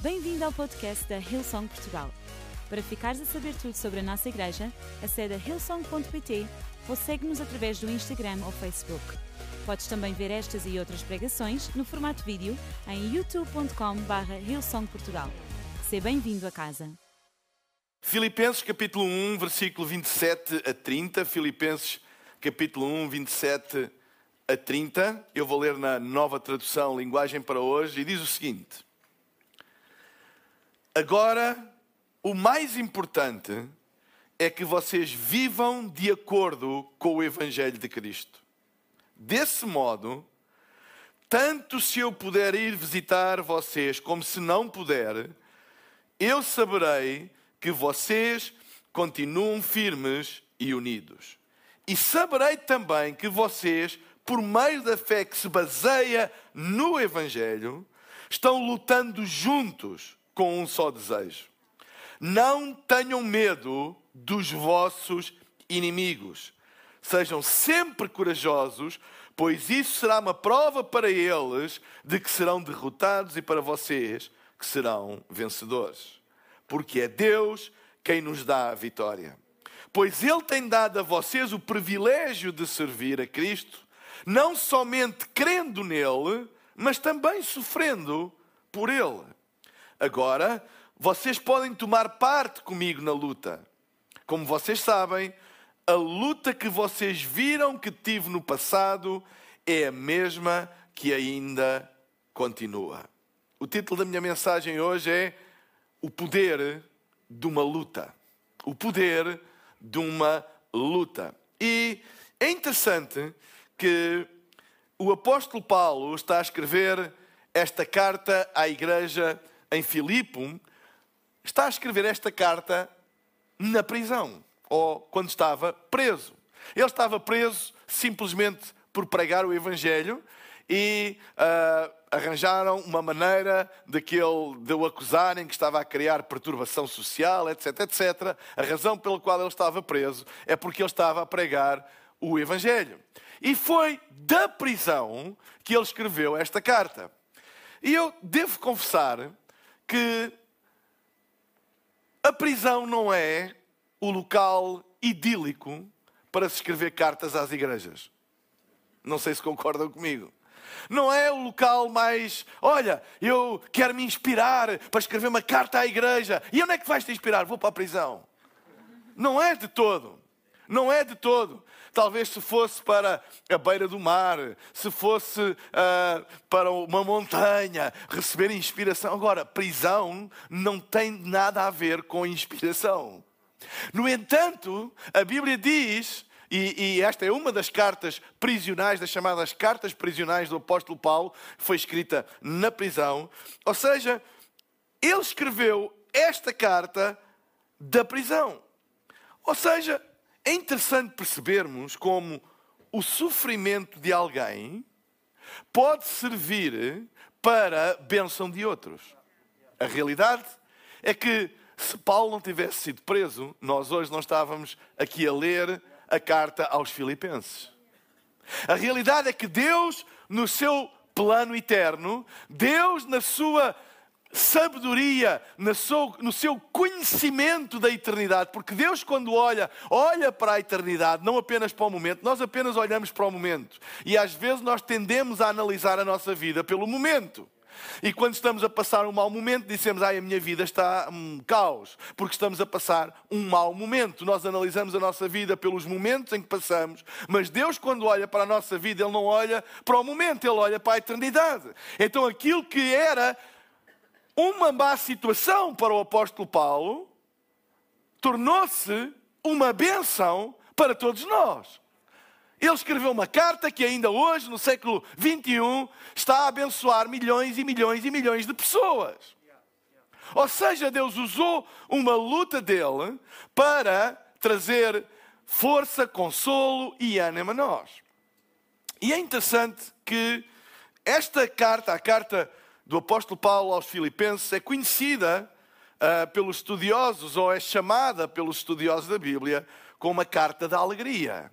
Bem-vindo ao podcast da Hillsong Portugal. Para ficares a saber tudo sobre a nossa igreja, acede a hillsong.pt ou segue-nos através do Instagram ou Facebook. Podes também ver estas e outras pregações no formato vídeo em youtube.com/hillsongportugal. Seja bem-vindo a casa. Filipenses capítulo 1, versículo 27 a 30. Filipenses capítulo 1, 27 a 30. Eu vou ler na nova tradução, linguagem para hoje, e diz o seguinte: agora, o mais importante é que vocês vivam de acordo com o Evangelho de Cristo. Desse modo, tanto se eu puder ir visitar vocês, como se não puder, eu saberei que vocês continuam firmes e unidos. E saberei também que vocês, por meio da fé que se baseia no Evangelho, estão lutando juntos com um só desejo. Não tenham medo dos vossos inimigos. Sejam sempre corajosos, pois isso será uma prova para eles de que serão derrotados e para vocês que serão vencedores. Porque é Deus quem nos dá a vitória. Pois Ele tem dado a vocês o privilégio de servir a Cristo, não somente crendo nele, mas também sofrendo por Ele. Agora, vocês podem tomar parte comigo na luta. Como vocês sabem, a luta que vocês viram que tive no passado é a mesma que ainda continua. O título da minha mensagem hoje é O Poder de uma Luta. O Poder de uma Luta. E é interessante que o apóstolo Paulo está a escrever esta carta à igreja em Filipe, está a escrever esta carta na prisão, ou quando estava preso. Ele estava preso simplesmente por pregar o Evangelho e arranjaram uma maneira de o acusarem que estava a criar perturbação social, etc, etc. A razão pela qual ele estava preso é porque ele estava a pregar o Evangelho. E foi da prisão que ele escreveu esta carta. E eu devo confessar que a prisão não é o local idílico para se escrever cartas às igrejas. Não sei se concordam comigo. Não é o local mais... Olha, eu quero me inspirar para escrever uma carta à igreja. E onde é que vais te inspirar? Vou para a prisão. Não é de todo. Não é de todo. Talvez se fosse para a beira do mar, se fosse para uma montanha, receber inspiração. Agora, prisão não tem nada a ver com inspiração. No entanto, a Bíblia diz, e esta é uma das cartas prisionais, das chamadas cartas prisionais do apóstolo Paulo, foi escrita na prisão. Ou seja, ele escreveu esta carta da prisão. Ou seja, é interessante percebermos como o sofrimento de alguém pode servir para a bênção de outros. A realidade é que se Paulo não tivesse sido preso, nós hoje não estávamos aqui a ler a carta aos Filipenses. A realidade é que Deus, no seu plano eterno, Deus, na sua sabedoria, no seu conhecimento da eternidade, porque Deus, quando olha para a eternidade, não apenas para o momento, nós apenas olhamos para o momento. E às vezes nós tendemos a analisar a nossa vida pelo momento. E quando estamos a passar um mau momento, dizemos, a minha vida está um caos, porque estamos a passar um mau momento. Nós analisamos a nossa vida pelos momentos em que passamos, mas Deus, quando olha para a nossa vida, Ele não olha para o momento, Ele olha para a eternidade. Então aquilo que era uma má situação para o apóstolo Paulo tornou-se uma bênção para todos nós. Ele escreveu uma carta que ainda hoje, no século XXI, está a abençoar milhões e milhões e milhões de pessoas. Ou seja, Deus usou uma luta dele para trazer força, consolo e ânimo a nós. E é interessante que esta carta, a carta do apóstolo Paulo aos Filipenses, é conhecida pelos estudiosos, ou é chamada pelos estudiosos da Bíblia, como uma carta da alegria.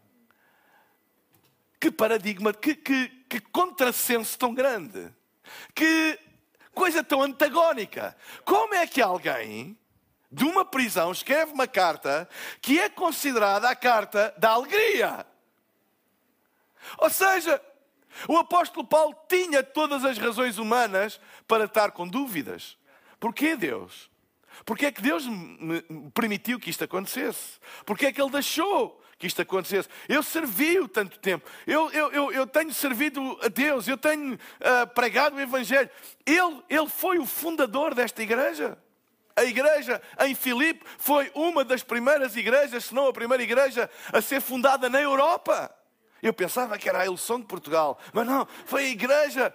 Que paradigma, que contrassenso tão grande. Que coisa tão antagónica. Como é que alguém de uma prisão escreve uma carta que é considerada a carta da alegria? Ou seja, o apóstolo Paulo tinha todas as razões humanas para estar com dúvidas. Porquê Deus? Porquê é que Deus me permitiu que isto acontecesse? Porquê é que Ele deixou que isto acontecesse? Eu servi-o tanto tempo. Eu tenho servido a Deus. Eu tenho pregado o Evangelho. Ele foi o fundador desta igreja. A igreja em Filipe foi uma das primeiras igrejas, se não a primeira igreja, a ser fundada na Europa. Eu pensava que era a Hillsong de Portugal. Mas não, foi a igreja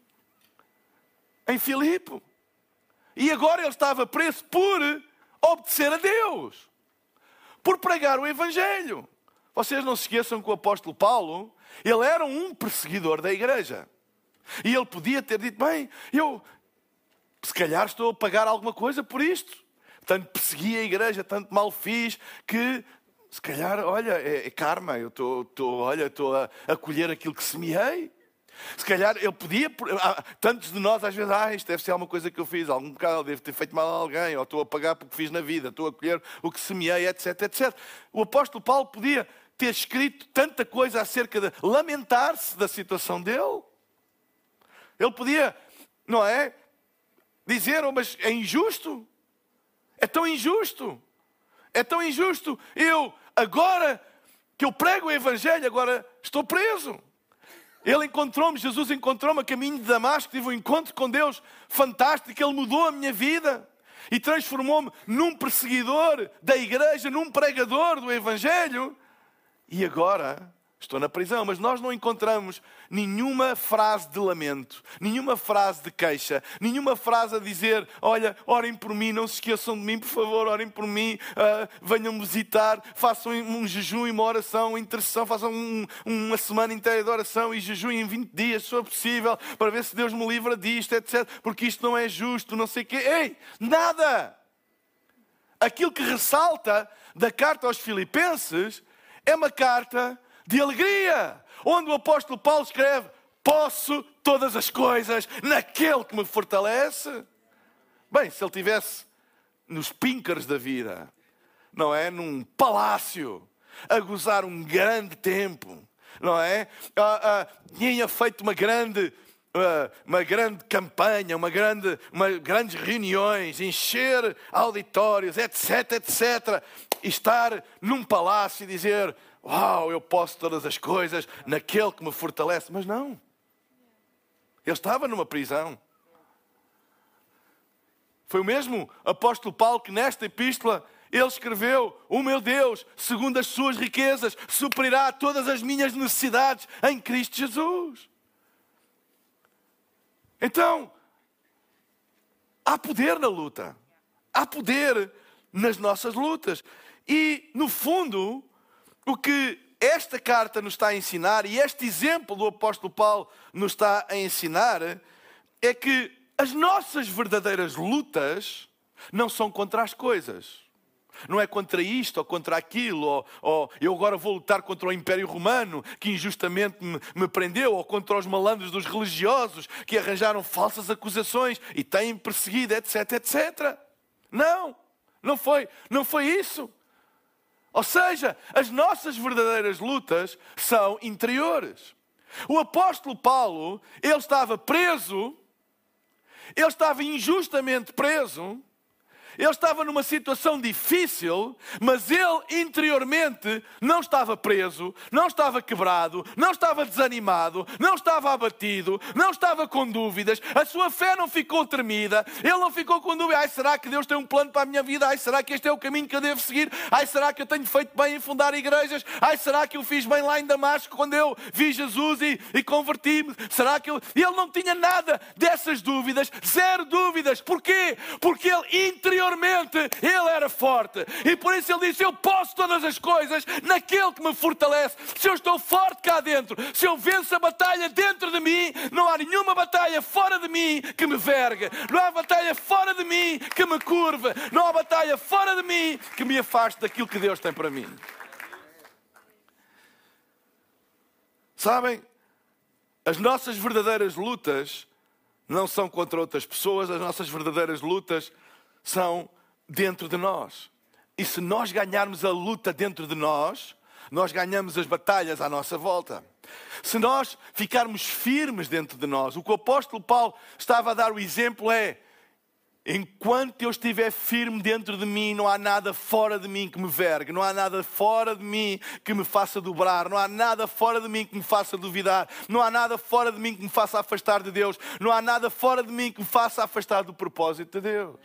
em Filipe. E agora ele estava preso por obedecer a Deus. Por pregar o Evangelho. Vocês não se esqueçam que o apóstolo Paulo, ele era um perseguidor da igreja. E ele podia ter dito, bem, eu se calhar estou a pagar alguma coisa por isto. Tanto persegui a igreja, tanto mal fiz, que se calhar, olha, é karma. Eu estou a colher aquilo que semeei. Se calhar ele podia, tantos de nós às vezes, isto deve ser alguma coisa que eu fiz, algum bocado, devo ter feito mal a alguém, ou estou a pagar porque fiz na vida, estou a colher o que semeei, etc, etc. O apóstolo Paulo podia ter escrito tanta coisa acerca de lamentar-se da situação dele. Ele podia, não é, dizer, mas é injusto, é tão injusto, é tão injusto. Eu, agora que eu prego o Evangelho, agora estou preso. Ele encontrou-me, Jesus encontrou-me a caminho de Damasco, tive um encontro com Deus fantástico, Ele mudou a minha vida e transformou-me num perseguidor da igreja, num pregador do Evangelho. E agora estou na prisão, mas nós não encontramos nenhuma frase de lamento, nenhuma frase de queixa, nenhuma frase a dizer, olha, orem por mim, não se esqueçam de mim, por favor, orem por mim, venham-me visitar, façam um jejum e uma oração, uma intercessão, façam uma semana inteira de oração e jejum em 20 dias, se for possível, para ver se Deus me livra disto, etc. Porque isto não é justo, não sei o quê. Ei, nada! Aquilo que ressalta da carta aos Filipenses é uma carta de alegria, onde o apóstolo Paulo escreve, posso todas as coisas naquele que me fortalece. Bem, se ele estivesse nos píncaros da vida, não é? Num palácio, a gozar um grande tempo, não é? Tinha feito uma grande campanha, grandes reuniões, encher auditórios, etc, etc. E estar num palácio e dizer, uau, eu posso todas as coisas naquele que me fortalece. Mas não. Ele estava numa prisão. Foi o mesmo apóstolo Paulo que nesta epístola ele escreveu, o meu Deus, segundo as suas riquezas, suprirá todas as minhas necessidades em Cristo Jesus. Então, há poder na luta. Há poder nas nossas lutas. E, no fundo, o que esta carta nos está a ensinar, e este exemplo do apóstolo Paulo nos está a ensinar, é que as nossas verdadeiras lutas não são contra as coisas. Não é contra isto ou contra aquilo, ou eu agora vou lutar contra o Império Romano que injustamente me prendeu, ou contra os malandros dos religiosos que arranjaram falsas acusações e têm perseguido, etc, etc. Não foi isso. Ou seja, as nossas verdadeiras lutas são interiores. O apóstolo Paulo, ele estava preso, ele estava injustamente preso, ele estava numa situação difícil, mas ele interiormente não estava preso, não estava quebrado, não estava desanimado, não estava abatido, não estava com dúvidas, a sua fé não ficou tremida, ele não ficou com dúvida, será que Deus tem um plano para a minha vida? Será que este é o caminho que eu devo seguir? Será que eu tenho feito bem em fundar igrejas? Será que eu fiz bem lá em Damasco quando eu vi Jesus e converti-me? Será que Ele não tinha nada dessas dúvidas, zero dúvidas. Porquê? Porque ele interiormente ele era forte. E por isso ele disse, eu posso todas as coisas naquele que me fortalece. Se eu estou forte cá dentro, se eu venço a batalha dentro de mim, não há nenhuma batalha fora de mim que me vergue. Não há batalha fora de mim que me curve. Não há batalha fora de mim que me afaste daquilo que Deus tem para mim. Sabem? As nossas verdadeiras lutas não são contra outras pessoas, as nossas verdadeiras lutas são dentro de nós. E se nós ganharmos a luta dentro de nós, nós ganhamos as batalhas à nossa volta. Se nós ficarmos firmes dentro de nós, o que o apóstolo Paulo estava a dar o exemplo é: enquanto eu estiver firme dentro de mim, não há nada fora de mim que me vergue, não há nada fora de mim que me faça dobrar, não há nada fora de mim que me faça duvidar, não há nada fora de mim que me faça afastar de Deus, não há nada fora de mim que me faça afastar do propósito de Deus.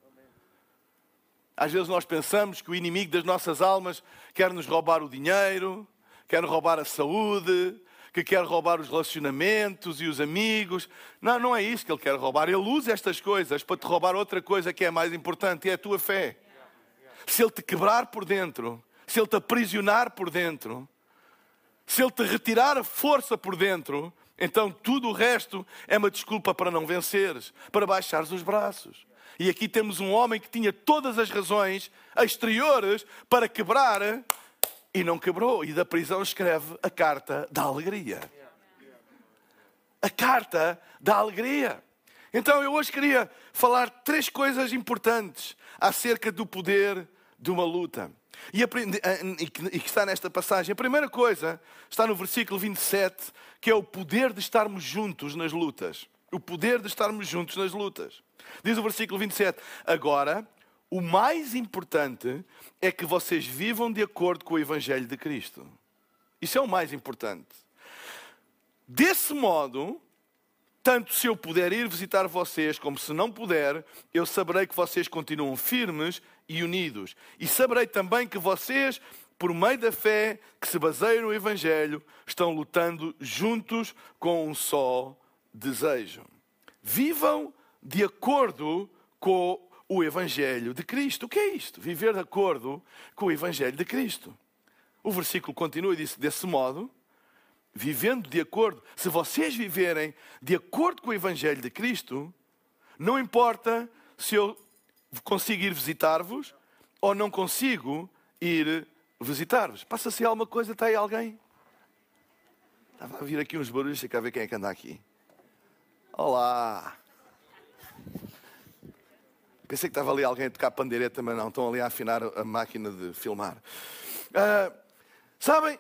Às vezes nós pensamos que o inimigo das nossas almas quer nos roubar o dinheiro, quer roubar a saúde, que quer roubar os relacionamentos e os amigos. Não, não é isso que ele quer roubar. Ele usa estas coisas para te roubar outra coisa que é mais importante, e é a tua fé. Se ele te quebrar por dentro, se ele te aprisionar por dentro, se ele te retirar a força por dentro, então tudo o resto é uma desculpa para não venceres, para baixares os braços. E aqui temos um homem que tinha todas as razões exteriores para quebrar e não quebrou. E da prisão escreve a carta da alegria. A carta da alegria. Então eu hoje queria falar 3 coisas importantes acerca do poder de uma luta. E que está nesta passagem. A primeira coisa está no versículo 27, que é o poder de estarmos juntos nas lutas. O poder de estarmos juntos nas lutas. Diz o versículo 27, agora, o mais importante é que vocês vivam de acordo com o Evangelho de Cristo. Isso é o mais importante. Desse modo, tanto se eu puder ir visitar vocês, como se não puder, eu saberei que vocês continuam firmes e unidos. E saberei também que vocês, por meio da fé que se baseia no Evangelho, estão lutando juntos com um só desejo. Vivam de acordo com o Evangelho de Cristo. O que é isto? Viver de acordo com o Evangelho de Cristo. O versículo continua e diz: desse modo, vivendo de acordo, se vocês viverem de acordo com o Evangelho de Cristo, não importa se eu consigo ir visitar-vos ou não consigo ir visitar-vos. Passa-se alguma coisa? Está aí alguém? Estava a vir aqui uns barulhos, deixa cá ver quem é que anda aqui. Olá! Pensei que estava ali alguém a tocar pandeireta, mas não, estão ali a afinar a máquina de filmar. Sabem?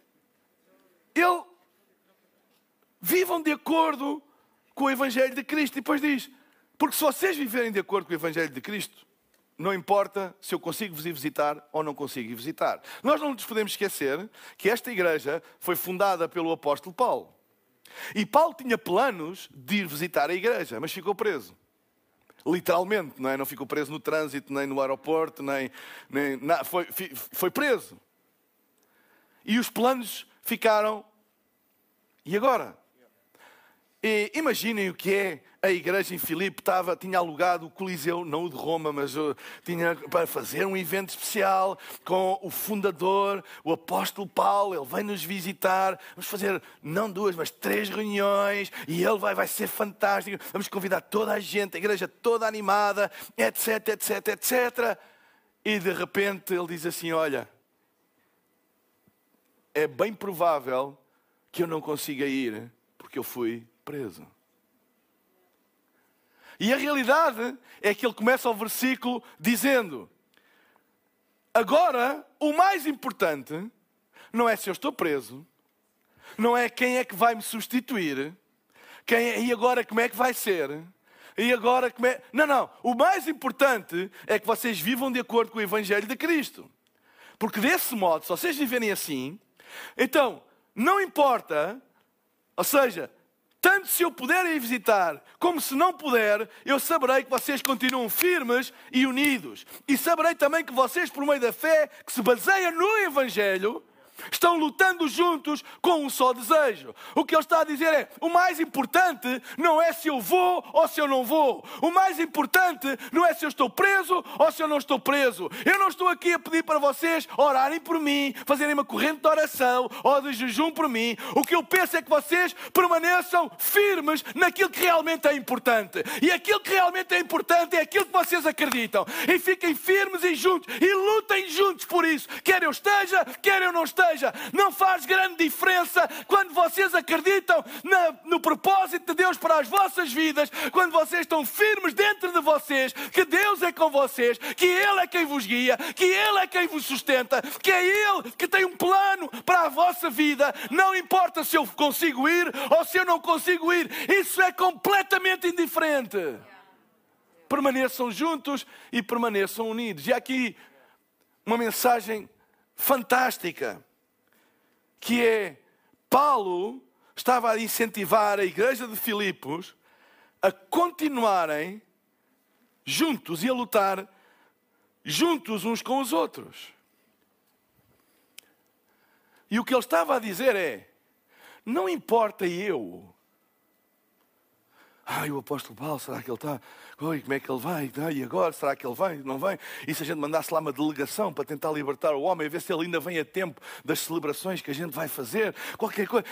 Vivam de acordo com o Evangelho de Cristo. E depois diz, porque se vocês viverem de acordo com o Evangelho de Cristo, não importa se eu consigo vos ir visitar ou não consigo ir visitar. Nós não nos podemos esquecer que esta igreja foi fundada pelo apóstolo Paulo. E Paulo tinha planos de ir visitar a igreja, mas ficou preso. Literalmente, não é? Não ficou preso no trânsito, nem no aeroporto, foi preso. E os planos ficaram. E agora? E imaginem o que é a igreja em Filipe, tinha alugado o Coliseu, não o de Roma, mas tinha para fazer um evento especial com o fundador, o apóstolo Paulo. Ele vem nos visitar, vamos fazer não 2, mas 3 reuniões, e ele vai ser fantástico, vamos convidar toda a gente, a igreja toda animada, etc, etc, etc. E de repente ele diz assim, olha, é bem provável que eu não consiga ir, porque eu fui preso. E a realidade é que ele começa o versículo dizendo, agora o mais importante não é se eu estou preso, não é quem é que vai me substituir, e agora como é que vai ser, e agora como é... Não, o mais importante é que vocês vivam de acordo com o Evangelho de Cristo. Porque desse modo, se vocês viverem assim, então não importa, ou seja, tanto se eu puder ir visitar, como se não puder, eu saberei que vocês continuam firmes e unidos. E saberei também que vocês, por meio da fé, que se baseia no Evangelho, estão lutando juntos com um só desejo. O que ele está a dizer é, o mais importante não é se eu vou ou se eu não vou. O mais importante não é se eu estou preso ou se eu não estou preso. Eu não estou aqui a pedir para vocês orarem por mim, fazerem uma corrente de oração ou de jejum por mim. O que eu penso é que vocês permaneçam firmes naquilo que realmente é importante. E aquilo que realmente é importante é aquilo que vocês acreditam. E fiquem firmes e juntos. E lutem juntos por isso. Quer eu esteja, quer eu não esteja. seja, não faz grande diferença quando vocês acreditam no propósito de Deus para as vossas vidas, quando vocês estão firmes dentro de vocês, que Deus é com vocês, que Ele é quem vos guia, que Ele é quem vos sustenta, que é Ele que tem um plano para a vossa vida. Não importa se eu consigo ir ou se eu não consigo ir, isso é completamente indiferente. Permaneçam juntos e permaneçam unidos. E aqui uma mensagem fantástica, que é, Paulo estava a incentivar a igreja de Filipos a continuarem juntos e a lutar juntos uns com os outros. E o que ele estava a dizer é, não importa eu. O apóstolo Paulo, será que ele está? Oi, como é que ele vai? E agora, será que ele vai? Não vem? E se a gente mandasse lá uma delegação para tentar libertar o homem, a ver se ele ainda vem a tempo das celebrações que a gente vai fazer, qualquer coisa.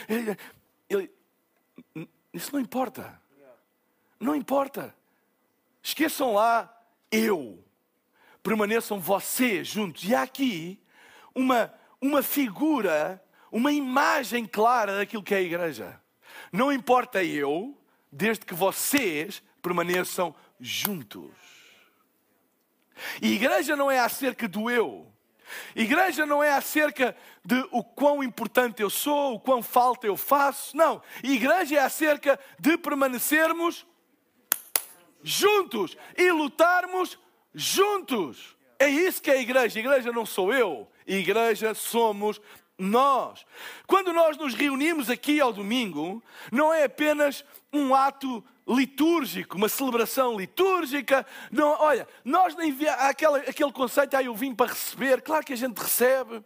Isso não importa. Não importa. Esqueçam lá eu. Permaneçam vocês juntos. E há aqui uma figura, uma imagem clara daquilo que é a igreja. Não importa eu, desde que vocês permaneçam juntos. E igreja não é acerca do eu. Igreja não é acerca de o quão importante eu sou, o quão falta eu faço. Não. Igreja é acerca de permanecermos juntos e lutarmos juntos. É isso que é a igreja. A igreja não sou eu. A igreja somos nós. Quando nós nos reunimos aqui ao domingo, não é apenas um ato litúrgico, uma celebração litúrgica. Não, olha, nós nem aquele conceito, eu vim para receber. Claro que a gente recebe.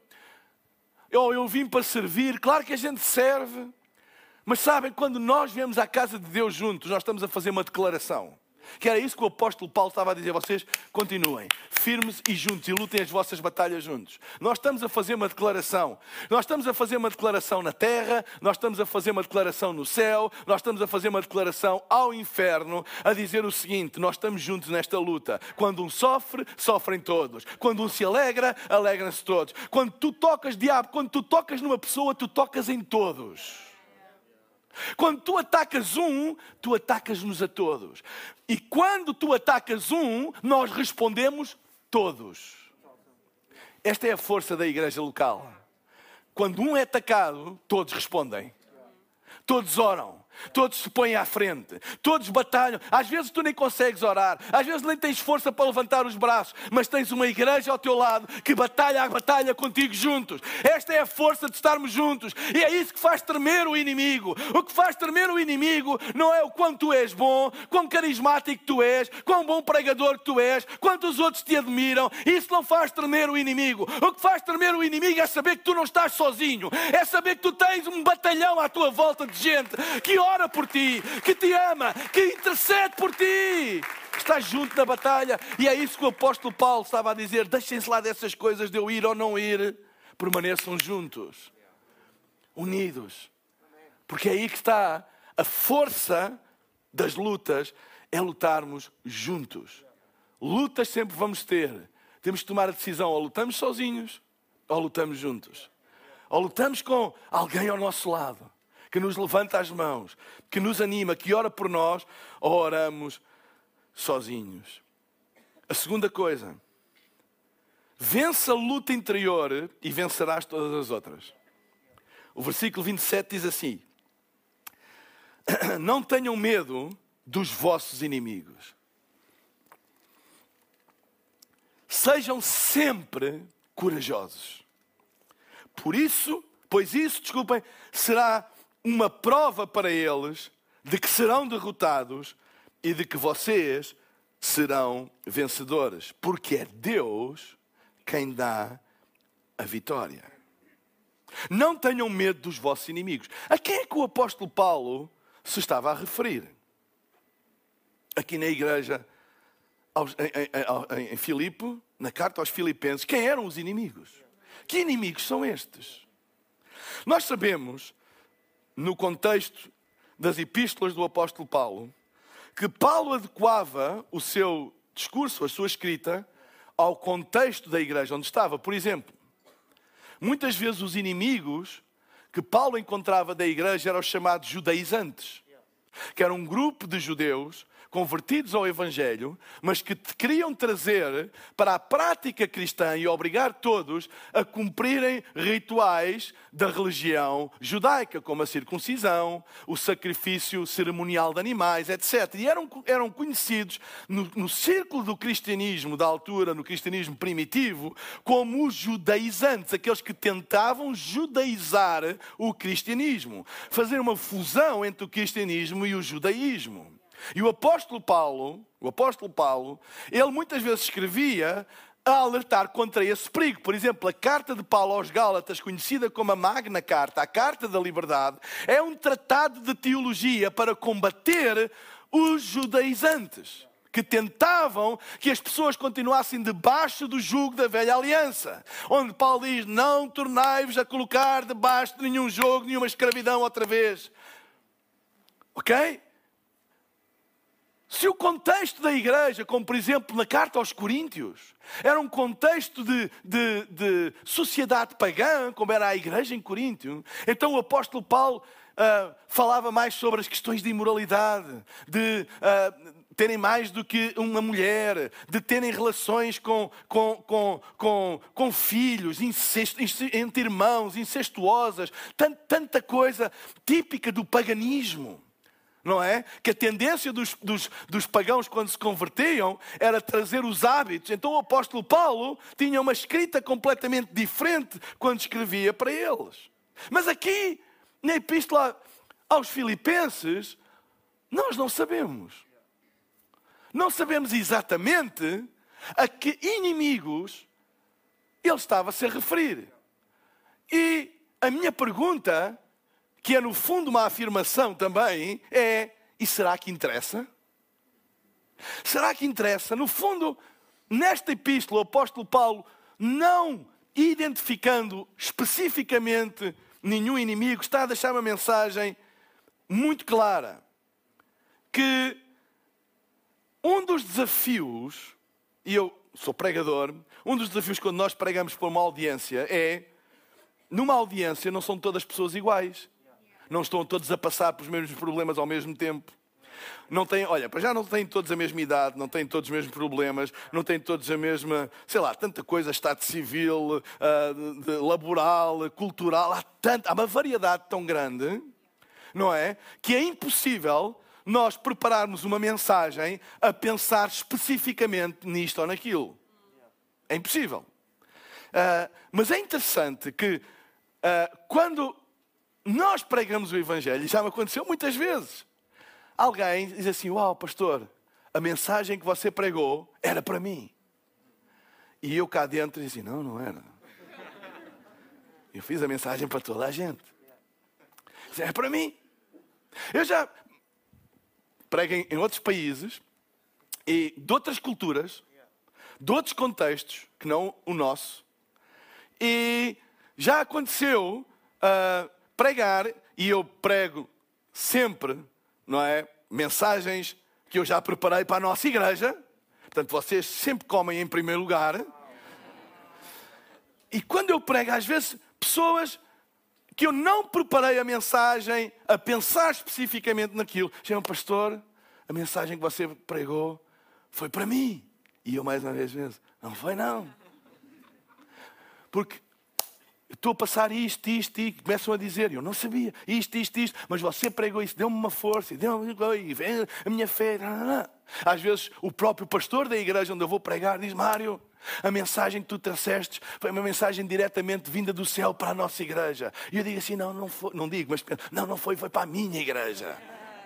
Eu vim para servir. Claro que a gente serve. Mas sabem, quando nós viemos à casa de Deus juntos, nós estamos a fazer uma declaração. Que era isso que o apóstolo Paulo estava a dizer. Vocês continuem firmes e juntos e lutem as vossas batalhas juntos. Nós estamos a fazer uma declaração. Nós estamos a fazer uma declaração na terra. Nós estamos a fazer uma declaração no céu. Nós estamos a fazer uma declaração ao inferno. A dizer o seguinte: nós estamos juntos nesta luta. Quando um sofre, sofrem todos. Quando um se alegra, alegram-se todos. Quando tu tocas, diabo, quando tu tocas numa pessoa, tu tocas em todos. Quando tu atacas um, tu atacas-nos a todos. E quando tu atacas um, nós respondemos todos. Esta é a força da igreja local. Quando um é atacado, todos respondem. Todos oram. Todos se põem à frente. Todos batalham. Às vezes tu nem consegues orar. Às vezes nem tens força para levantar os braços. Mas tens uma igreja ao teu lado que batalha a batalha contigo juntos. Esta é a força de estarmos juntos. E é isso que faz tremer o inimigo. O que faz tremer o inimigo não é o quanto tu és bom, quão carismático tu és, quão bom pregador que tu és, quanto os outros te admiram. Isso não faz tremer o inimigo. O que faz tremer o inimigo é saber que tu não estás sozinho. É saber que tu tens um batalhão à tua volta de gente que ora por ti, que te ama, que intercede por ti. Estás junto na batalha. E é isso que o apóstolo Paulo estava a dizer. Deixem-se lá dessas coisas de eu ir ou não ir. Permaneçam juntos, unidos. Porque é aí que está a força das lutas, é lutarmos juntos. Lutas sempre vamos ter. Temos que tomar a decisão, ou lutamos sozinhos, ou lutamos juntos. Ou lutamos com alguém ao nosso lado, que nos levanta as mãos, que nos anima, que ora por nós, ou oramos sozinhos. A segunda coisa, vence a luta interior e vencerás todas as outras. O versículo 27 diz assim: não tenham medo dos vossos inimigos. Sejam sempre corajosos. Pois isso, será uma prova para eles de que serão derrotados e de que vocês serão vencedores. Porque é Deus quem dá a vitória. Não tenham medo dos vossos inimigos. A quem é que o apóstolo Paulo se estava a referir? Aqui na igreja, em Filipe, na carta aos Filipenses, quem eram os inimigos? Que inimigos são estes? Nós sabemos, no contexto das epístolas do apóstolo Paulo, que Paulo adequava o seu discurso, a sua escrita, ao contexto da igreja onde estava. Por exemplo, muitas vezes os inimigos que Paulo encontrava da igreja eram os chamados judaizantes, que era um grupo de judeus convertidos ao Evangelho, mas que te queriam trazer para a prática cristã e obrigar todos a cumprirem rituais da religião judaica, como a circuncisão, o sacrifício cerimonial de animais, etc. E eram conhecidos no círculo do cristianismo da altura, no cristianismo primitivo, como os judaizantes, aqueles que tentavam judaizar o cristianismo, fazer uma fusão entre o cristianismo e o judaísmo. E o apóstolo Paulo, ele muitas vezes escrevia a alertar contra esse perigo. Por exemplo, a carta de Paulo aos Gálatas, conhecida como a Magna Carta, a Carta da Liberdade, é um tratado de teologia para combater os judaizantes, que tentavam que as pessoas continuassem debaixo do jugo da velha aliança. Onde Paulo diz, não tornai-vos a colocar debaixo de nenhum jugo, nenhuma escravidão outra vez. Ok? Se o contexto da igreja, como por exemplo na carta aos Coríntios, era um contexto de sociedade pagã, como era a igreja em Coríntio, então o apóstolo Paulo falava mais sobre as questões de imoralidade, de terem mais do que uma mulher, de terem relações com filhos, entre irmãos, incestuosas, tanta coisa típica do paganismo. Não é? Que a tendência dos pagãos quando se convertiam era trazer os hábitos. Então o apóstolo Paulo tinha uma escrita completamente diferente quando escrevia para eles. Mas aqui, na epístola aos Filipenses, nós não sabemos. Não sabemos exatamente a que inimigos ele estava a se referir. E a minha pergunta, que é no fundo uma afirmação também, e será que interessa? Será que interessa? No fundo, nesta epístola, o apóstolo Paulo, não identificando especificamente nenhum inimigo, está a deixar uma mensagem muito clara. Que um dos desafios, e eu sou pregador, um dos desafios quando nós pregamos para uma audiência numa audiência não são todas pessoas iguais. Não estão todos a passar pelos mesmos problemas ao mesmo tempo. Já não têm todos a mesma idade, não têm todos os mesmos problemas, não têm todos a mesma, tanta coisa, estado civil, laboral, cultural, há uma variedade tão grande, não é? Que é impossível nós prepararmos uma mensagem a pensar especificamente nisto ou naquilo. É impossível. Mas é interessante que quando nós pregamos o Evangelho, e já me aconteceu muitas vezes, alguém diz assim, uau, pastor, a mensagem que você pregou era para mim. E eu cá dentro diz assim, não era. Eu fiz a mensagem para toda a gente. É para mim. Eu já prego em outros países, e de outras culturas, de outros contextos, que não o nosso, e já aconteceu pregar, e eu prego sempre, não é? Mensagens que eu já preparei para a nossa igreja. Portanto, vocês sempre comem em primeiro lugar. E quando eu prego, às vezes, pessoas que eu não preparei a mensagem a pensar especificamente naquilo, chamam, pastor, a mensagem que você pregou foi para mim. E eu mais uma vez, não foi não. Porque estou a passar isto, e começam a dizer, eu não sabia, isto, mas você pregou isso, deu-me uma força, deu-me a minha fé. Às vezes o próprio pastor da igreja onde eu vou pregar diz, Mário, a mensagem que tu trouxeste foi uma mensagem diretamente vinda do céu para a nossa igreja. E eu digo assim, não foi, não digo, mas não foi para a minha igreja.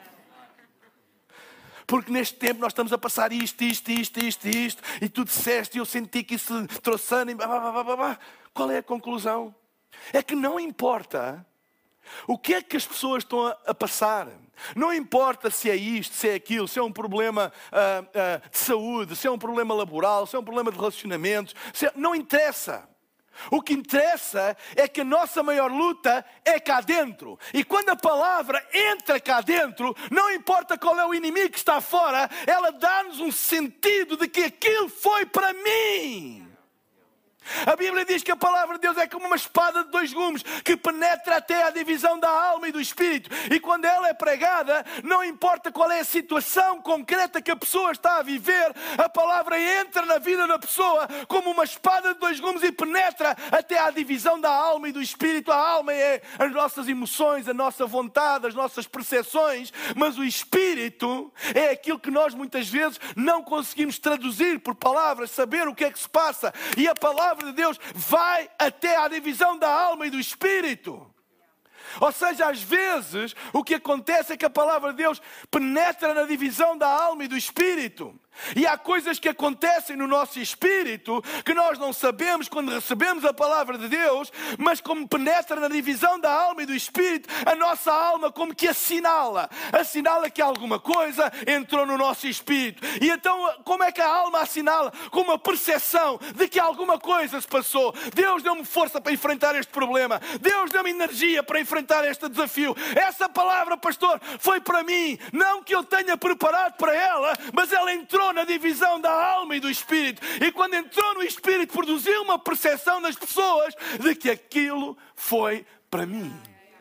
Porque neste tempo nós estamos a passar isto, e tu disseste, e eu senti que isso trouxe ânimo. Qual é a conclusão? É que não importa o que é que as pessoas estão a passar. Não importa se é isto, se é aquilo, se é um problema de saúde, se é um problema laboral, se é um problema de relacionamentos. Não interessa. O que interessa é que a nossa maior luta é cá dentro. E quando a palavra entra cá dentro, não importa qual é o inimigo que está fora, ela dá-nos um sentido de que aquilo foi para mim. A Bíblia diz que a palavra de Deus é como uma espada de dois gumes que penetra até a divisão da alma e do espírito. E quando ela é pregada, não importa qual é a situação concreta que a pessoa está a viver, a palavra entra na vida da pessoa como uma espada de dois gumes e penetra até à divisão da alma e do espírito. A alma é as nossas emoções, a nossa vontade, as nossas percepções, mas o espírito é aquilo que nós muitas vezes não conseguimos traduzir por palavras, saber o que é que se passa. E a palavra de Deus vai até à divisão da alma e do espírito. Ou seja, às vezes o que acontece é que a palavra de Deus penetra na divisão da alma e do espírito. E há coisas que acontecem no nosso espírito que nós não sabemos quando recebemos a palavra de Deus, mas como penetra na divisão da alma e do espírito, a nossa alma como que assinala que alguma coisa entrou no nosso espírito. E então como é que a alma assinala? Com uma percepção de que alguma coisa se passou. Deus deu-me força para enfrentar este problema. Deus deu-me energia para enfrentar este desafio. Essa palavra, pastor, foi para mim. Não que eu tenha preparado para ela, mas ela entrou na divisão da alma e do espírito. E quando entrou no espírito, produziu uma percepção nas pessoas de que aquilo foi para mim.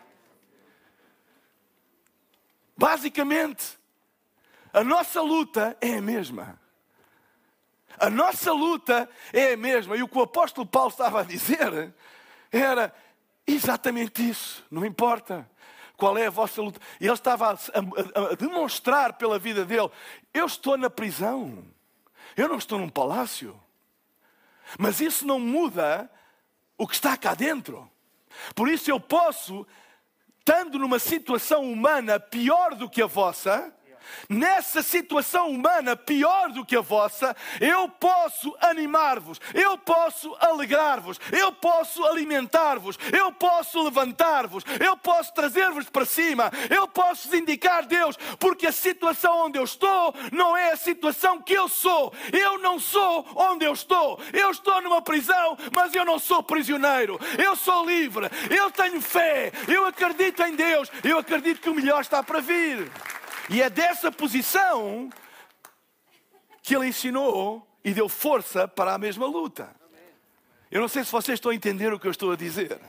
Basicamente, a nossa luta é a mesma. A nossa luta é a mesma. E o que o apóstolo Paulo estava a dizer era exatamente isso. Não importa qual é a vossa luta. E ele estava a demonstrar pela vida dele: eu estou na prisão, eu não estou num palácio. Mas isso não muda o que está cá dentro. Por isso eu posso, estando numa situação humana pior do que a vossa, nessa situação humana pior do que a vossa, eu posso animar-vos, eu posso alegrar-vos, eu posso alimentar-vos, eu posso levantar-vos, eu posso trazer-vos para cima, eu posso vos indicar Deus, porque a situação onde eu estou não é a situação que eu sou. Eu não sou onde eu estou numa prisão, mas eu não sou prisioneiro, eu sou livre, eu tenho fé, eu acredito em Deus, eu acredito que o melhor está para vir. E é dessa posição que ele ensinou e deu força para a mesma luta. Eu não sei se vocês estão a entender o que eu estou a dizer.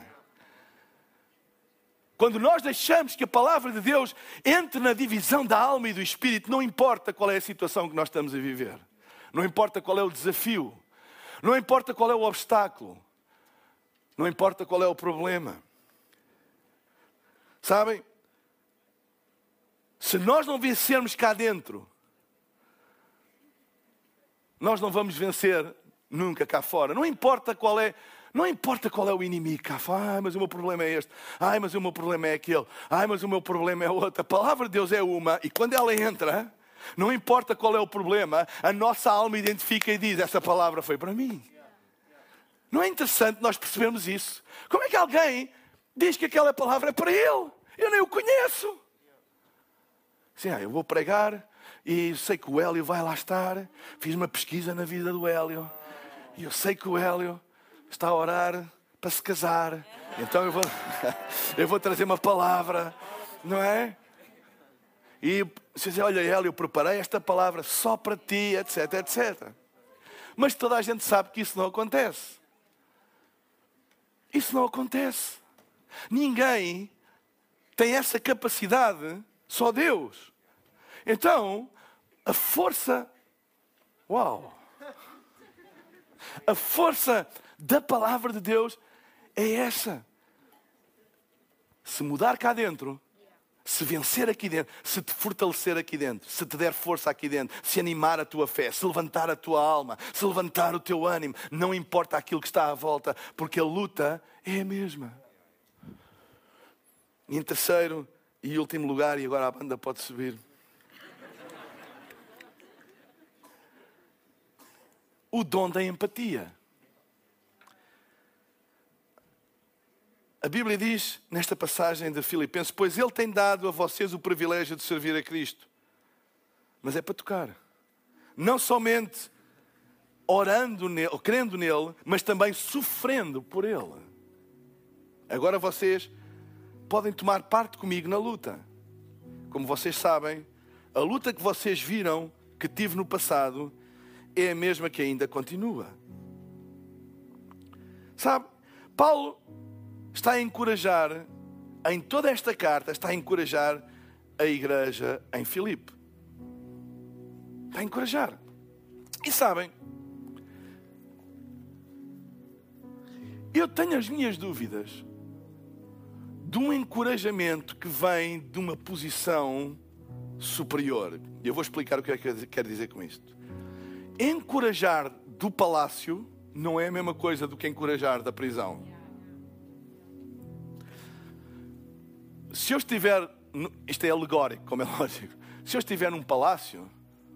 Quando nós deixamos que a palavra de Deus entre na divisão da alma e do espírito, não importa qual é a situação que nós estamos a viver. Não importa qual é o desafio. Não importa qual é o obstáculo. Não importa qual é o problema. Sabem? Se nós não vencermos cá dentro, nós não vamos vencer nunca cá fora. Não importa qual é o inimigo cá fora. Mas o meu problema é este. Mas o meu problema é aquele. Mas o meu problema é outro. A palavra de Deus é uma, e quando ela entra, não importa qual é o problema, a nossa alma identifica e diz: essa palavra foi para mim. Não é interessante nós percebermos isso? Como é que alguém diz que aquela palavra é para ele? Eu nem o conheço. Sim, eu vou pregar e sei que o Hélio vai lá estar. Fiz uma pesquisa na vida do Hélio e eu sei que o Hélio está a orar para se casar. Então eu vou trazer uma palavra, não é? E você diz: olha, Hélio, eu preparei esta palavra só para ti, etc, etc. Mas toda a gente sabe que isso não acontece. Isso não acontece. Ninguém tem essa capacidade. Só Deus. Então, a força... A força da palavra de Deus é essa. Se mudar cá dentro, se vencer aqui dentro, se te fortalecer aqui dentro, se te der força aqui dentro, se animar a tua fé, se levantar a tua alma, se levantar o teu ânimo, não importa aquilo que está à volta, porque a luta é a mesma. E em terceiro e último lugar, e agora a banda pode subir, o dom da empatia. A Bíblia diz, nesta passagem de Filipenses: pois Ele tem dado a vocês o privilégio de servir a Cristo. Mas é para tocar. Não somente orando nele, ou crendo nele, mas também sofrendo por Ele. Agora vocês podem tomar parte comigo na luta. Como vocês sabem, a luta que vocês viram que tive no passado é a mesma que ainda continua. Sabe, Paulo está a encorajar, em toda esta carta, está a encorajar a igreja em Filipe. Está a encorajar. E sabem, eu tenho as minhas dúvidas de um encorajamento que vem de uma posição superior. E eu vou explicar o que é que quero dizer com isto. Encorajar do palácio não é a mesma coisa do que encorajar da prisão. Se eu estiver, isto é alegórico, como é lógico, se eu estiver num palácio,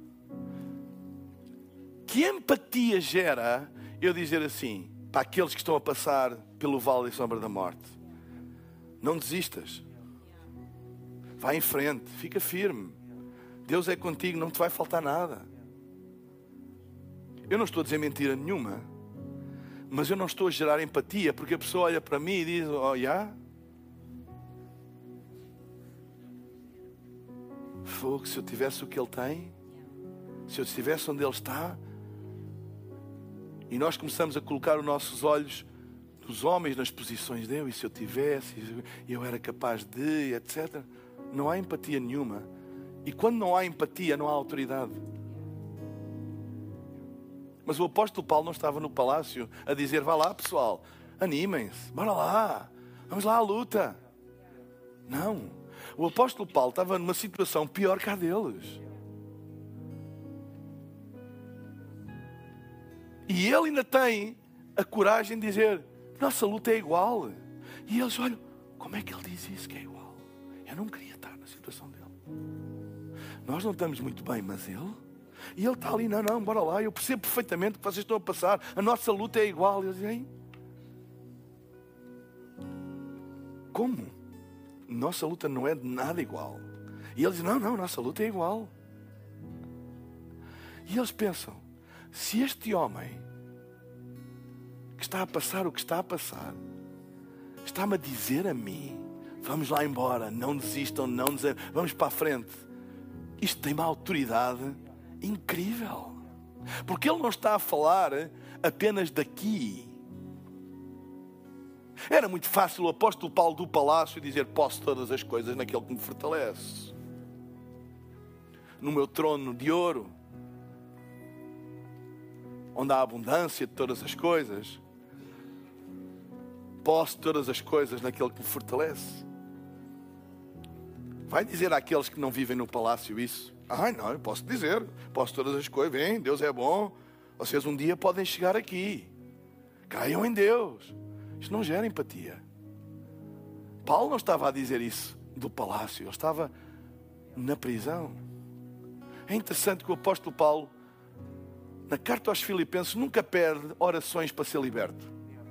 que empatia gera eu dizer assim, para aqueles que estão a passar pelo vale da sombra da morte: não desistas, vai em frente, fica firme, Deus é contigo, não te vai faltar nada. Eu não estou a dizer mentira nenhuma, mas eu não estou a gerar empatia, porque a pessoa olha para mim e diz: oh, já? Fogo, se eu tivesse o que ele tem, se eu estivesse onde ele está, e nós começamos a colocar os nossos olhos nos homens, nas posições dele, e se eu tivesse, eu era capaz de, etc. Não há empatia nenhuma. E quando não há empatia, não há autoridade. Mas o apóstolo Paulo não estava no palácio a dizer: vá lá pessoal, animem-se, bora lá, vamos lá à luta. Não. O apóstolo Paulo estava numa situação pior que a deles. E ele ainda tem a coragem de dizer: nossa luta é igual. E eles olham: como é que ele diz isso que é igual? Eu não queria estar na situação dele. Nós não estamos muito bem, mas ele... E ele está ali: não, bora lá, eu percebo perfeitamente o que vocês estão a passar. A nossa luta é igual. E eles dizem: como? Nossa luta não é de nada igual. E eles dizem: não, nossa luta é igual. E eles pensam: se este homem que está a passar o que está a passar está-me a dizer a mim: vamos lá embora, não desistam, vamos para a frente, isto tem uma autoridade incrível. Porque ele não está a falar apenas daqui. Era muito fácil o apóstolo Paulo do palácio dizer: posso todas as coisas naquele que me fortalece. No meu trono de ouro, onde há abundância de todas as coisas, posso todas as coisas naquele que me fortalece. Vai dizer àqueles que não vivem no palácio isso: não, eu posso dizer, posso todas as coisas, vem, Deus é bom, vocês um dia podem chegar aqui, creiam em Deus. Isto não gera empatia. Paulo não estava a dizer isso do palácio, ele estava na prisão. É interessante que o apóstolo Paulo, na carta aos Filipenses, nunca perde orações para ser liberto.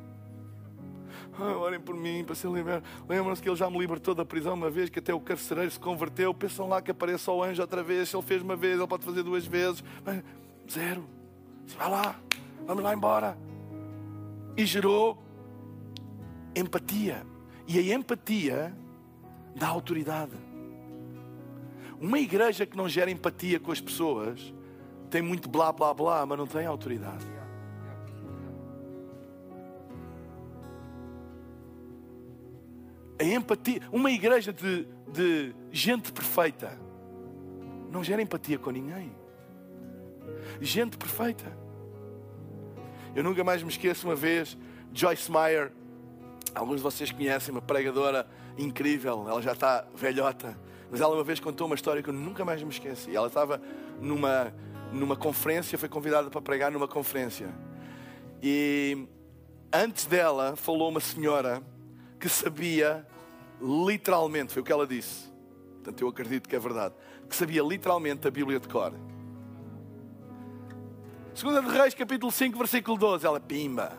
Orem por mim para ser liberto. Lembram-se que ele já me libertou da prisão uma vez, que até o carcereiro se converteu. Pensam lá que apareça o anjo outra vez. Se ele fez uma vez, ele pode fazer duas vezes. Mas, zero. Vai lá, vamos lá embora. E gerou empatia. E a empatia dá autoridade. Uma igreja que não gera empatia com as pessoas tem muito blá blá blá, mas não tem autoridade. A empatia, uma igreja de gente perfeita não gera empatia com ninguém. Gente perfeita. Eu nunca mais me esqueço uma vez, Joyce Meyer, alguns de vocês conhecem, uma pregadora incrível, ela já está velhota, mas ela uma vez contou uma história que eu nunca mais me esqueci. Ela estava numa conferência, foi convidada para pregar numa conferência. E antes dela falou uma senhora que sabia literalmente, foi o que ela disse, portanto eu acredito que é verdade, que sabia literalmente a Bíblia de cor. 2 de Reis, capítulo 5, versículo 12, ela pimba.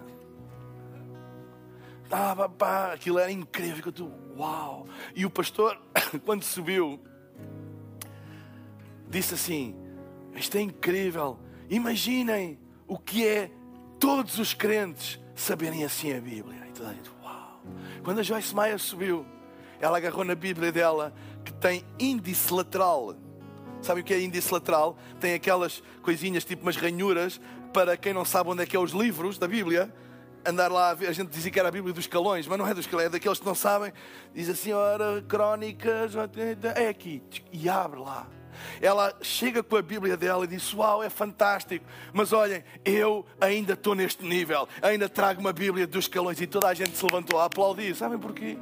Aquilo era incrível, uau. E o pastor, quando subiu, disse assim: isto é incrível, imaginem o que é todos os crentes saberem assim a Bíblia. E toda a gente, uau. Quando a Joyce Meyer subiu, ela agarrou na Bíblia dela, que tem índice lateral. Sabe o que é índice lateral? Tem aquelas coisinhas tipo umas ranhuras, para quem não sabe onde é que é os livros da Bíblia. andar lá a ver. A gente dizia que era a Bíblia dos escalões, mas não é dos escalões, é daqueles que não sabem. Diz assim, ora, Crónicas, é aqui. E abre lá. Ela chega com a Bíblia dela e diz, uau, é fantástico. Mas olhem, eu ainda estou neste nível. Ainda trago uma Bíblia dos escalões. E toda a gente se levantou a aplaudir. Sabem porquê?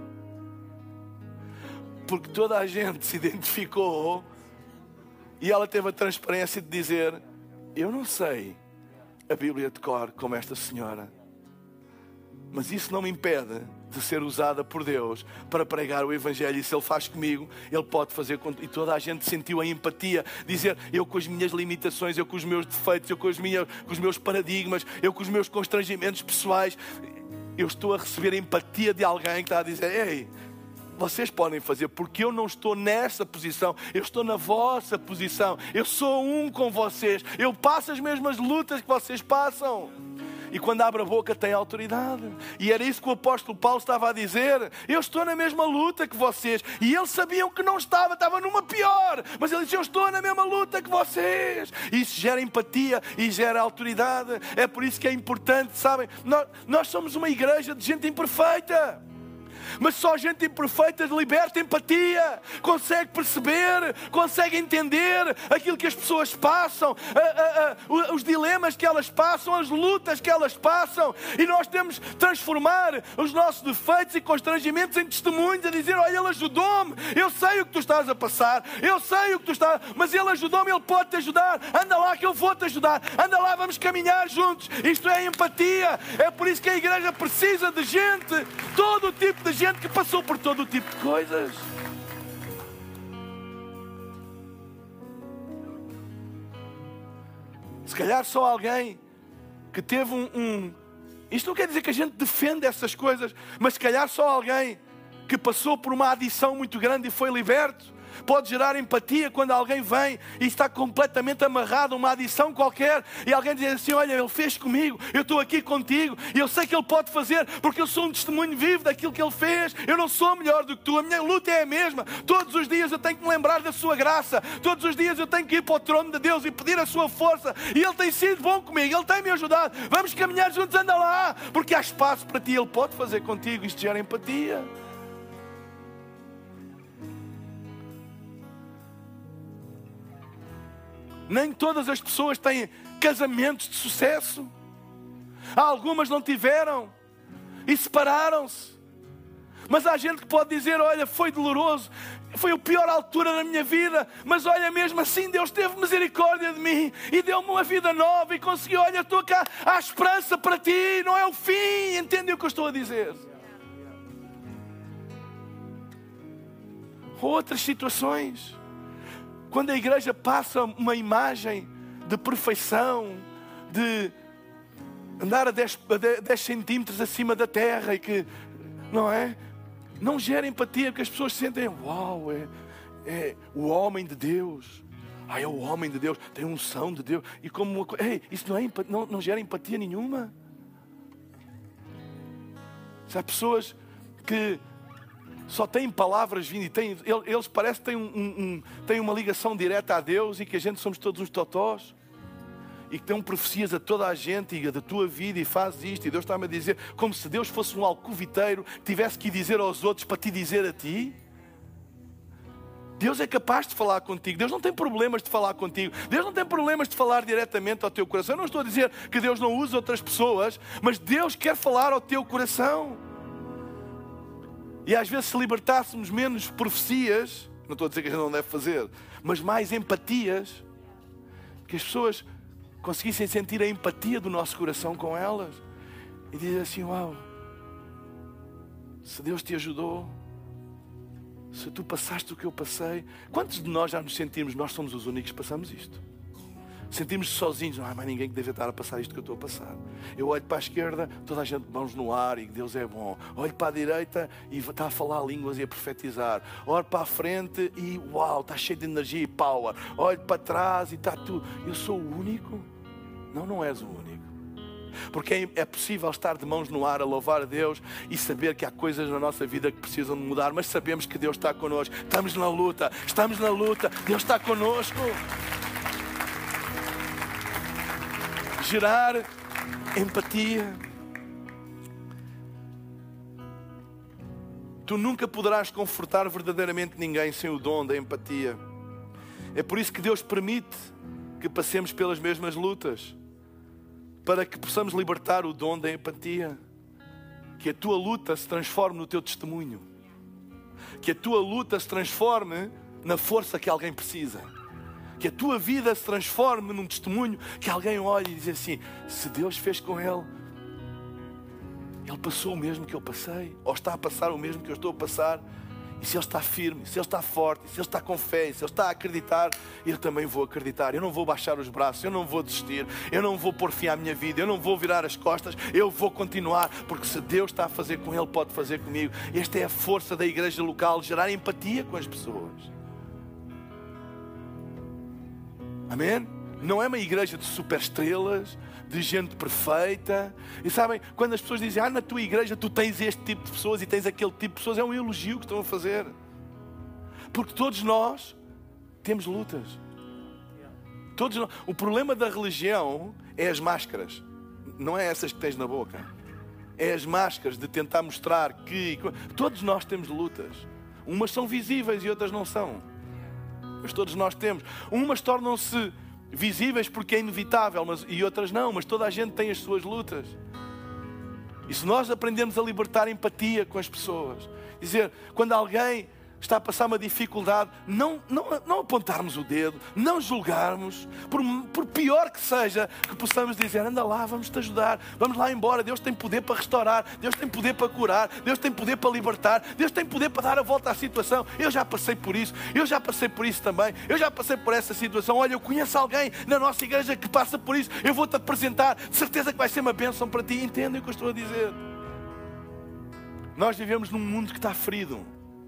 Porque toda a gente se identificou e ela teve a transparência de dizer, eu não sei a Bíblia de cor como esta senhora, mas isso não me impede de ser usada por Deus para pregar o Evangelho. E se Ele faz comigo, Ele pode fazer com... E toda a gente sentiu a empatia, dizer, eu com as minhas limitações, eu com os meus defeitos, eu com os meus paradigmas, eu com os meus constrangimentos pessoais, eu estou a receber a empatia de alguém que está a dizer, ei, vocês podem fazer, porque eu não estou nessa posição, eu estou na vossa posição, eu sou um com vocês, eu passo as mesmas lutas que vocês passam. E quando abre a boca tem autoridade. E era isso que o apóstolo Paulo estava a dizer. Eu estou na mesma luta que vocês. E eles sabiam que não estava numa pior. Mas ele disse, eu estou na mesma luta que vocês. Isso gera empatia e gera autoridade. É por isso que é importante, sabem? Nós somos uma igreja de gente imperfeita. Mas só gente imperfeita liberta empatia, consegue perceber, consegue entender aquilo que as pessoas passam, os dilemas que elas passam, as lutas que elas passam. E nós temos de transformar os nossos defeitos e constrangimentos em testemunhos, a dizer, olha, Ele ajudou-me, eu sei o que tu estás a passar, eu sei o que tu estás, mas Ele ajudou-me, Ele pode te ajudar, anda lá que eu vou te ajudar, anda lá, vamos caminhar juntos. Isto é empatia. É por isso que a igreja precisa de gente, todo o tipo de gente que passou por todo o tipo de coisas. Se calhar só alguém que teve Isto não quer dizer que a gente defende essas coisas, mas se calhar só alguém que passou por uma adição muito grande e foi liberto pode gerar empatia quando alguém vem e está completamente amarrado a uma adição qualquer e alguém diz assim, olha, Ele fez comigo, eu estou aqui contigo e eu sei que Ele pode fazer porque eu sou um testemunho vivo daquilo que Ele fez. Eu não sou melhor do que tu, a minha luta é a mesma. Todos os dias eu tenho que me lembrar da sua graça, todos os dias eu tenho que ir para o trono de Deus e pedir a sua força, e Ele tem sido bom comigo, Ele tem me ajudado. Vamos caminhar juntos, anda lá, porque há espaço para ti, Ele pode fazer contigo. Isto gera empatia. Nem todas as pessoas têm casamentos de sucesso. Algumas não tiveram e separaram-se. Mas há gente que pode dizer, olha, foi doloroso, foi a pior altura da minha vida, mas olha, mesmo assim Deus teve misericórdia de mim e deu-me uma vida nova e conseguiu, olha, estou cá, há esperança para ti, não é o fim. Entendem o que eu estou a dizer? Outras situações, quando a igreja passa uma imagem de perfeição, de andar a 10 centímetros acima da terra e que, não é? Não gera empatia, porque as pessoas sentem, uau, é o homem de Deus. É o homem de Deus, tem unção de Deus. E como isso não gera empatia nenhuma. Se há pessoas que só têm palavras vindo e eles parecem que têm uma ligação direta a Deus e que a gente somos todos uns totós e que dão profecias a toda a gente e da tua vida e faz isto e Deus está-me a dizer, como se Deus fosse um alcoviteiro que tivesse que dizer aos outros para te dizer a ti. Deus é capaz de falar contigo, Deus não tem problemas de falar contigo, Deus não tem problemas de falar diretamente ao teu coração. Eu não estou a dizer que Deus não usa outras pessoas, mas Deus quer falar ao teu coração. E às vezes se libertássemos menos profecias, não estou a dizer que a gente não deve fazer, mas mais empatias, que as pessoas conseguissem sentir a empatia do nosso coração com elas e dizer assim, uau, se Deus te ajudou, se tu passaste o que eu passei. Quantos de nós já nos sentimos, nós somos os únicos que passamos isto? Sentimos-nos sozinhos, não há mais ninguém que deve estar a passar isto que eu estou a passar. Eu olho para a esquerda, toda a gente mãos no ar e Deus é bom. Olho para a direita e está a falar línguas e a profetizar. Olho para a frente e uau, está cheio de energia e power. Olho para trás e está tudo. Eu sou o único? Não, não és o único. Porque é possível estar de mãos no ar a louvar a Deus e saber que há coisas na nossa vida que precisam de mudar, mas sabemos que Deus está connosco. Estamos na luta, Deus está connosco. Gerar empatia. Tu nunca poderás confortar verdadeiramente ninguém sem o dom da empatia. É por isso que Deus permite que passemos pelas mesmas lutas, para que possamos libertar o dom da empatia. Que a tua luta se transforme no teu testemunho. Que a tua luta se transforme na força que alguém precisa. Que a tua vida se transforme num testemunho que alguém olhe e diz assim: se Deus fez com ele, ele passou o mesmo que eu passei, ou está a passar o mesmo que eu estou a passar. E se ele está firme, se ele está forte, se ele está com fé, se ele está a acreditar, eu também vou acreditar. Eu não vou baixar os braços, eu não vou desistir, eu não vou pôr fim à minha vida, eu não vou virar as costas, eu vou continuar, porque se Deus está a fazer com ele, pode fazer comigo. Esta é a força da igreja local, gerar empatia com as pessoas. Amém? Não é uma igreja de superestrelas, de gente perfeita. E sabem, quando as pessoas dizem: na tua igreja tu tens este tipo de pessoas e tens aquele tipo de pessoas, é um elogio que estão a fazer. Porque todos nós temos lutas. Todos nós. O problema da religião é as máscaras. Não é essas que tens na boca. É as máscaras de tentar mostrar que... Todos nós temos lutas. Umas são visíveis e outras não são. Mas todos nós temos. Umas tornam-se visíveis porque é inevitável, e outras não, mas toda a gente tem as suas lutas. E se nós aprendermos a libertar empatia com as pessoas, dizer, quando alguém está a passar uma dificuldade, não apontarmos o dedo, não julgarmos, por pior que seja, que possamos dizer: anda lá, vamos-te ajudar, vamos lá embora, Deus tem poder para restaurar, Deus tem poder para curar, Deus tem poder para libertar, Deus tem poder para dar a volta à situação. Eu já passei por isso, eu já passei por isso também, eu já passei por essa situação. Olha, eu conheço alguém na nossa igreja que passa por isso, eu vou-te apresentar, de certeza que vai ser uma bênção para ti. Entendem o que eu estou a dizer? Nós vivemos num mundo que está ferido.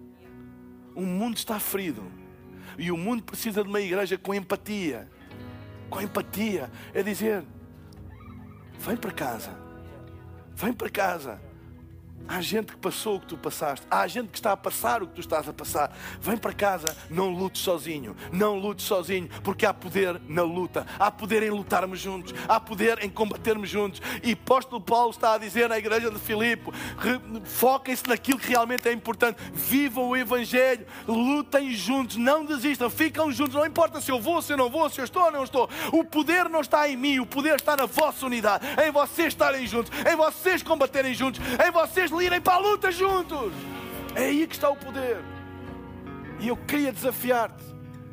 O mundo está ferido. E o mundo precisa de uma igreja com empatia. Com empatia. É dizer: vem para casa. Vem para casa. Há gente que passou o que tu passaste. Há gente que está a passar o que tu estás a passar. Vem para casa, não lutes sozinho. Não lutes sozinho, porque há poder na luta. Há poder em lutarmos juntos. Há poder em combatermos juntos. E o apóstolo Paulo está a dizer na igreja de Filipe: foquem-se naquilo que realmente é importante. Vivam o Evangelho. Lutem juntos. Não desistam. Ficam juntos. Não importa se eu vou, se eu não vou, se eu estou ou não estou. O poder não está em mim. O poder está na vossa unidade. Em vocês estarem juntos. Em vocês combaterem juntos. Em vocês irem para a luta juntos. É aí que está o poder. E eu queria desafiar-te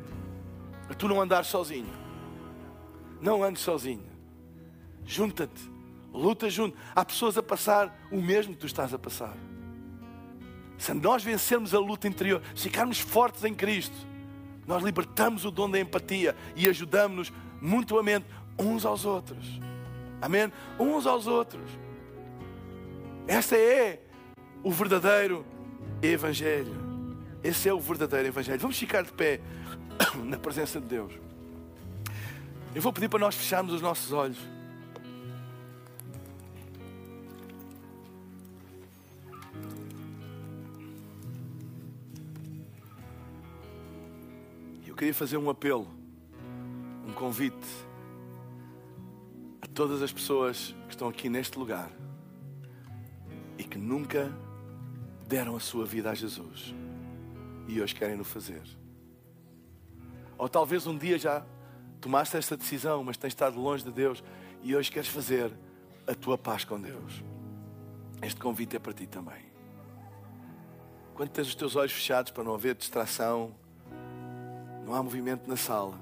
a tu não andares sozinho. Não andes sozinho. Junta-te. Luta junto. Há pessoas a passar o mesmo que tu estás a passar. Se nós vencermos a luta interior, se ficarmos fortes em Cristo, nós libertamos o dom da empatia e ajudamos-nos mutuamente uns aos outros. Amém? Uns aos outros. Esse é o verdadeiro Evangelho. Esse é o verdadeiro Evangelho. Vamos ficar de pé na presença de Deus. Eu vou pedir para nós fecharmos os nossos olhos. Eu queria fazer um apelo, um convite a todas as pessoas que estão aqui neste lugar e que nunca deram a sua vida a Jesus e hoje querem o fazer. Ou talvez um dia já tomaste esta decisão, mas tens estado longe de Deus e hoje queres fazer a tua paz com Deus. Este convite é para ti também. Quando tens os teus olhos fechados para não haver distração, não há movimento na sala,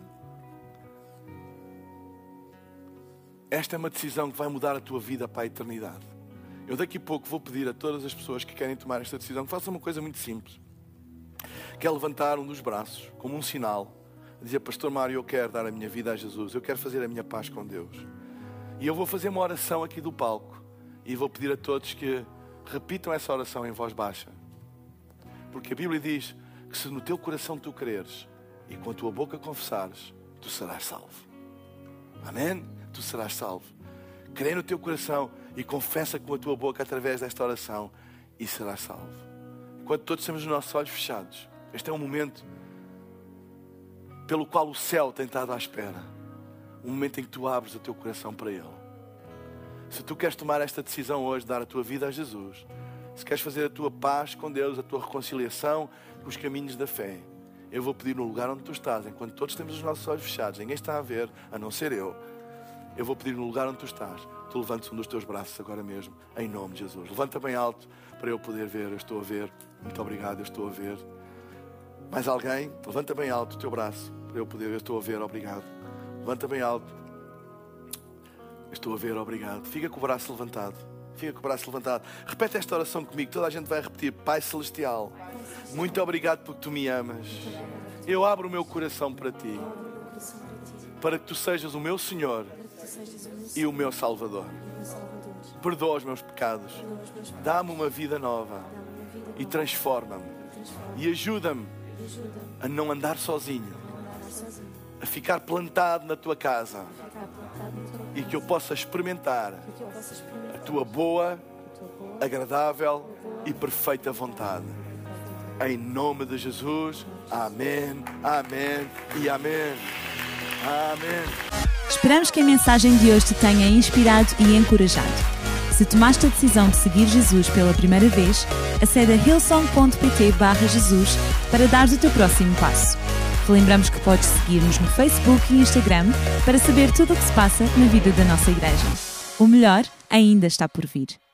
esta é uma decisão que vai mudar a tua vida para a eternidade. Eu daqui a pouco vou pedir a todas as pessoas que querem tomar esta decisão que façam uma coisa muito simples, que é levantar um dos braços como um sinal, dizer: Pastor Mário, eu quero dar a minha vida a Jesus, eu quero fazer a minha paz com Deus. E eu vou fazer uma oração aqui do palco e vou pedir a todos que repitam essa oração em voz baixa, porque a Bíblia diz que se no teu coração tu creres e com a tua boca confessares, tu serás salvo. Amém? Tu serás salvo. Crê no teu coração e confessa com a tua boca através desta oração e serás salvo. Enquanto todos temos os nossos olhos fechados, este é um momento pelo qual o céu tem estado à espera. Um momento em que tu abres o teu coração para Ele. Se tu queres tomar esta decisão hoje, dar a tua vida a Jesus, se queres fazer a tua paz com Deus, a tua reconciliação com os caminhos da fé, eu vou pedir no lugar onde tu estás, enquanto todos temos os nossos olhos fechados, ninguém está a ver, a não ser eu vou pedir no lugar onde tu estás, tu levantes um dos teus braços agora mesmo, em nome de Jesus. Levanta bem alto para eu poder ver. Eu estou a ver. Muito obrigado, eu estou a ver. Mais alguém? Levanta bem alto o teu braço para eu poder. Eu estou a ver, obrigado. Levanta bem alto. Eu estou a ver, obrigado. Fica com o braço levantado. Fica com o braço levantado. Repete esta oração comigo. Toda a gente vai repetir. Pai Celestial, muito obrigado porque tu me amas. Eu abro o meu coração para ti, para que tu sejas o meu Senhor e o meu Salvador. Perdoa os meus pecados. Dá-me uma vida nova e transforma-me. E ajuda-me a não andar sozinho, a ficar plantado na tua casa e que eu possa experimentar a tua boa, agradável e perfeita vontade. Em nome de Jesus. Amém, amém e amém. Amém. Esperamos que a mensagem de hoje te tenha inspirado e encorajado. Se tomaste a decisão de seguir Jesus pela primeira vez, acede a hillsong.pt/Jesus para dar o teu próximo passo. Relembramos que podes seguir-nos no Facebook e Instagram para saber tudo o que se passa na vida da nossa igreja. O melhor ainda está por vir.